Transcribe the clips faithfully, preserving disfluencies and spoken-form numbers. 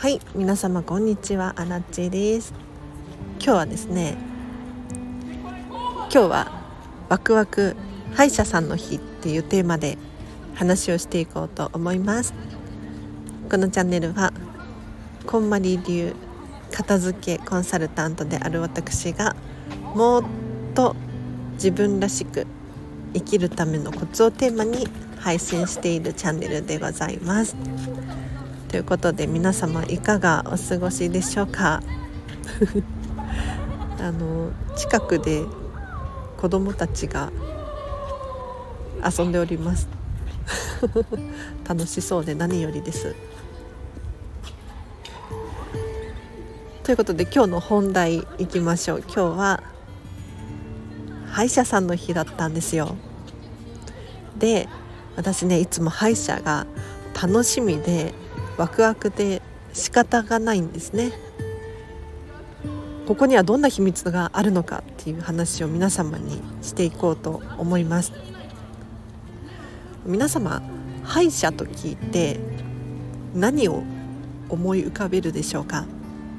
はい、皆様こんにちは、アラチェです。今日はですね今日はワクワク歯医者さんの日っていうテーマで話をしていこうと思います。このチャンネルはこんまり流片付けコンサルタントである私がもっと自分らしく生きるためのコツをテーマに配信しているチャンネルでございます。ということで皆様いかがお過ごしでしょうかあの近くで子供たちが遊んでおります楽しそうで何よりです。ということで今日の本題いきましょう。今日は歯医者さんの日だったんですよ。で、私ねいつも歯医者が楽しみでワクワクで仕方がないんですね。ここにはどんな秘密があるのかっていう話を皆様にしていこうと思います。皆様歯医者と聞いて何を思い浮かべるでしょうか。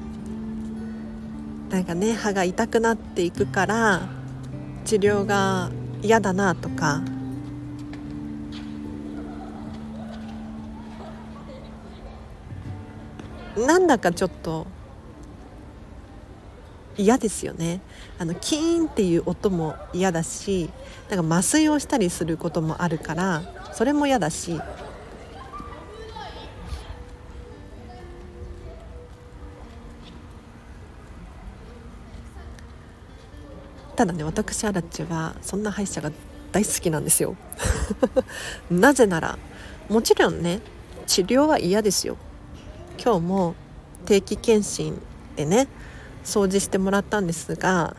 なんかね歯が痛くなっていくから治療が嫌だなとか、なんだかちょっと嫌ですよね。あのキーンっていう音も嫌だし、なんか麻酔をしたりすることもあるからそれも嫌だし、ただね私アラチはそんな歯医者が大好きなんですよなぜならもちろんね治療は嫌ですよ。今日も定期検診でね掃除してもらったんですが、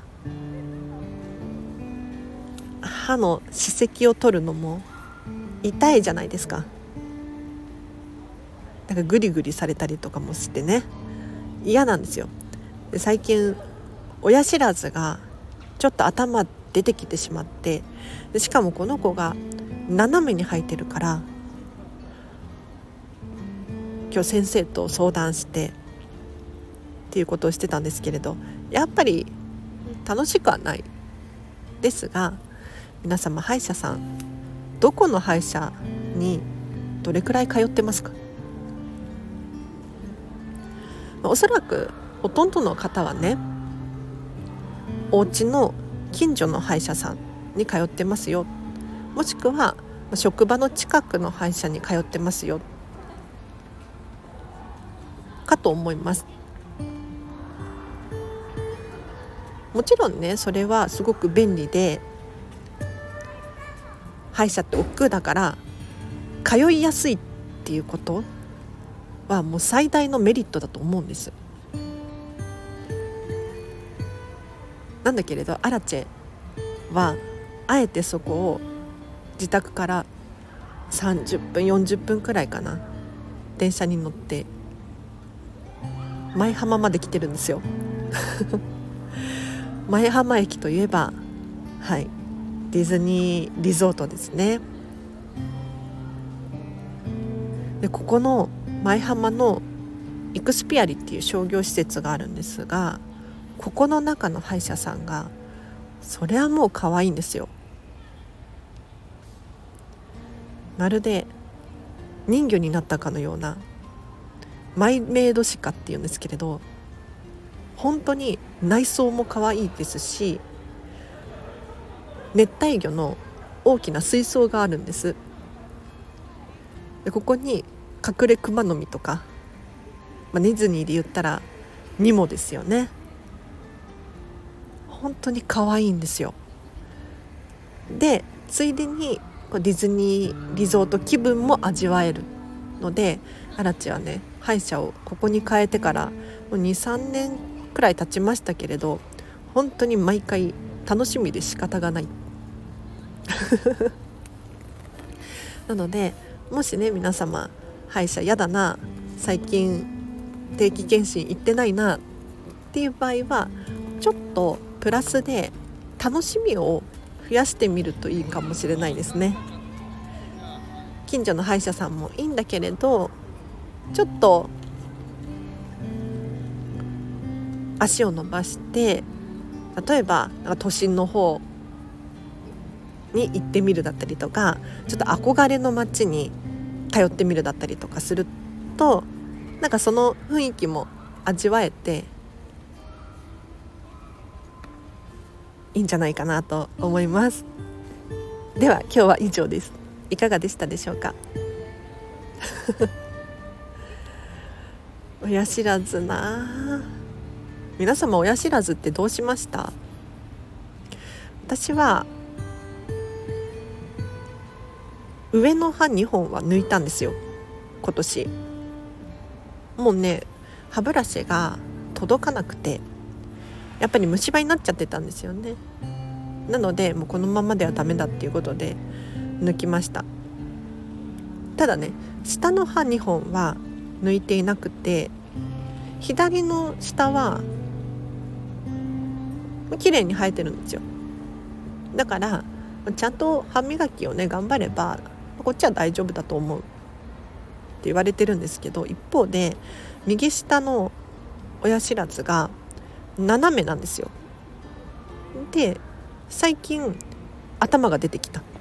歯の歯石を取るのも痛いじゃないですか。なんかグリグリされたりとかもしてね嫌なんですよ。で最近親知らずがちょっと頭出てきてしまって、でしかもこの子が斜めに生えてるから今日先生と相談してっていうことをしてたんですけれど、やっぱり楽しくはないですが、皆様歯医者さんどこの歯医者にどれくらい通ってますか。おそらくほとんどの方はねお家の近所の歯医者さんに通ってますよ、もしくは職場の近くの歯医者に通ってますよかと思います。もちろんねそれはすごく便利で歯医者って億劫だから通いやすいっていうことはもう最大のメリットだと思うんです。なんだけれどアラチェはあえてそこを自宅からさんじゅっぷんよんじゅっぷんくらいかな電車に乗って舞浜まで来てるんですよ舞浜駅といえばはいディズニーリゾートですね。でここの舞浜のイクスピアリっていう商業施設があるんですが、ここの中の歯医者さんがそれはもう可愛いんですよ。まるで人魚になったかのようなマイメイド歯科っていうんですけれど、本当に内装も可愛いですし、熱帯魚の大きな水槽があるんです。でここに隠れクマノミとか、まあ、ディズニーで言ったらニモですよね。本当に可愛いんですよ。でついでにディズニーリゾート気分も味わえるので、アラチはね歯医者をここに変えてからもう にさんねんくらい経ちましたけれど、本当に毎回楽しみで仕方がないなのでもしね皆様歯医者やだな、最近定期検診行ってないなっていう場合はちょっとプラスで楽しみを増やしてみるといいかもしれないですね。近所の歯医者さんもいいんだけれど、ちょっと足を伸ばして、例えばなんか都心の方に行ってみるだったりとか、ちょっと憧れの街に通ってみるだったりとかすると、なんかその雰囲気も味わえていいんじゃないかなと思います。では今日は以上です。いかがでしたでしょうか。親知らずな、皆様親知らずってどうしました？私は上の歯にほんは抜いたんですよ、今年。もうね、歯ブラシが届かなくて、やっぱり虫歯になっちゃってたんですよね。なのでもうこのままではダメだっていうことで抜きました。ただね、下の歯にほんは抜いていなくて、左の下は綺麗に生えてるんですよ。だからちゃんと歯磨きをね頑張ればこっちは大丈夫だと思うって言われてるんですけど、一方で右下の親知らずが斜めなんですよ。で最近頭が出てきた。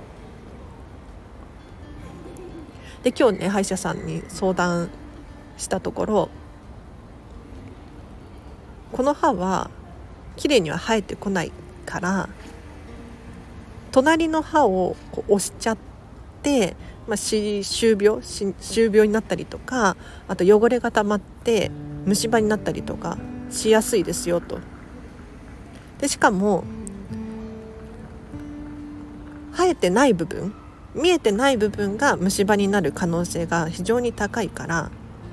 で今日ね歯医者さんに相談したところ、この歯は綺麗には生えてこないから、隣の歯をこう押しちゃって、まあ、歯周病歯周病になったりとか、あと汚れが溜まって虫歯になったりとかしやすいですよと。でしかも生えてない部分、見えてない部分が虫歯になる可能性が非常に高いから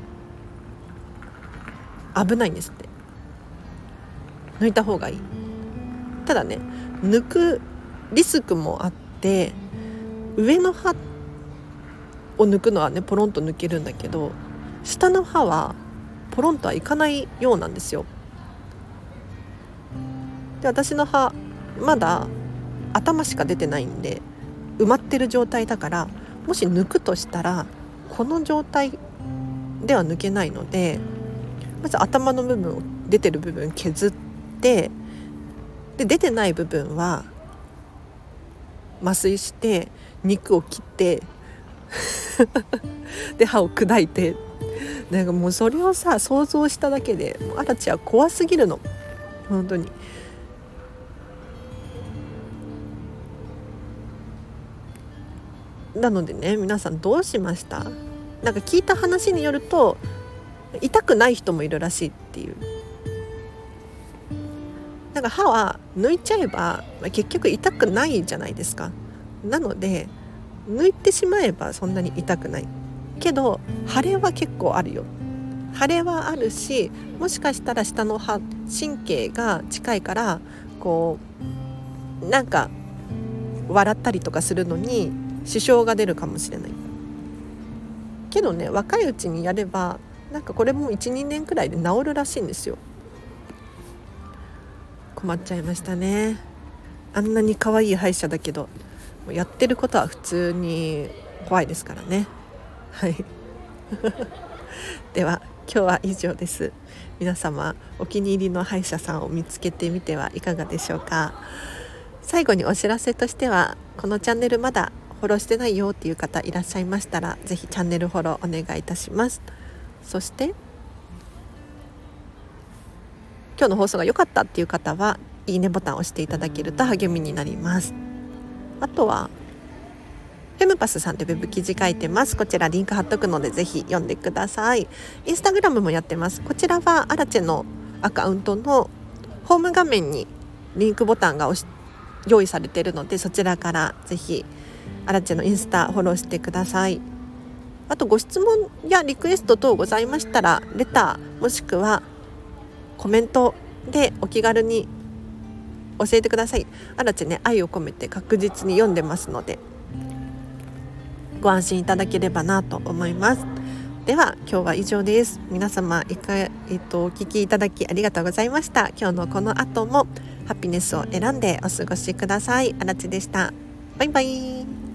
危ないんですって。抜いた方がいい。ただね、抜くリスクもあって、上の歯を抜くのはねポロンと抜けるんだけど、下の歯はポロンとはいかないようなんですよ。で私の歯まだ頭しか出てないんで埋まってる状態だから、もし抜くとしたらこの状態では抜けないので、まず頭の部分を出てる部分削って、で出てない部分は麻酔して肉を切ってで歯を砕いて、なんかもうそれをさ想像しただけでもうアラチは怖すぎるの、本当に。なのでね、皆さんどうしました？なんか聞いた話によると痛くない人もいるらしいっていう。なんか歯は抜いちゃえば結局痛くないじゃないですか。なので抜いてしまえばそんなに痛くないけど、腫れは結構あるよ。腫れはあるし、もしかしたら下の歯神経が近いからこうなんか笑ったりとかするのに支障が出るかもしれないけどね、若いうちにやればなんかこれも いちにねんくらいで治るらしいんですよ。困っちゃいましたね。あんなに可愛い歯医者だけどやってることは普通に怖いですからね。はいでは今日は以上です。皆様お気に入りの歯医者さんを見つけてみてはいかがでしょうか。最後にお知らせとしては、このチャンネルまだフォローしてないよっていう方いらっしゃいましたら、ぜひチャンネルフォローお願いいたします。そして今日の放送が良かったっていう方はいいねボタンを押していただけると励みになります。あとはフェムパスさんでウェブ記事書いてます。こちらリンク貼っとくのでぜひ読んでください。インスタグラムもやってます。こちらはアラチェのアカウントのホーム画面にリンクボタンが押し用意されているので、そちらからぜひアラチェのインスタフォローしてください。あとご質問やリクエスト等ございましたら、レターもしくはコメントでお気軽に教えてください。アラチェね、愛を込めて確実に読んでますのでご安心いただければなと思います。では今日は以上です。皆様いか、えっと、お聞きいただきありがとうございました。今日のこの後もハピネスを選んでお過ごしください。あらちでした。バイバイ。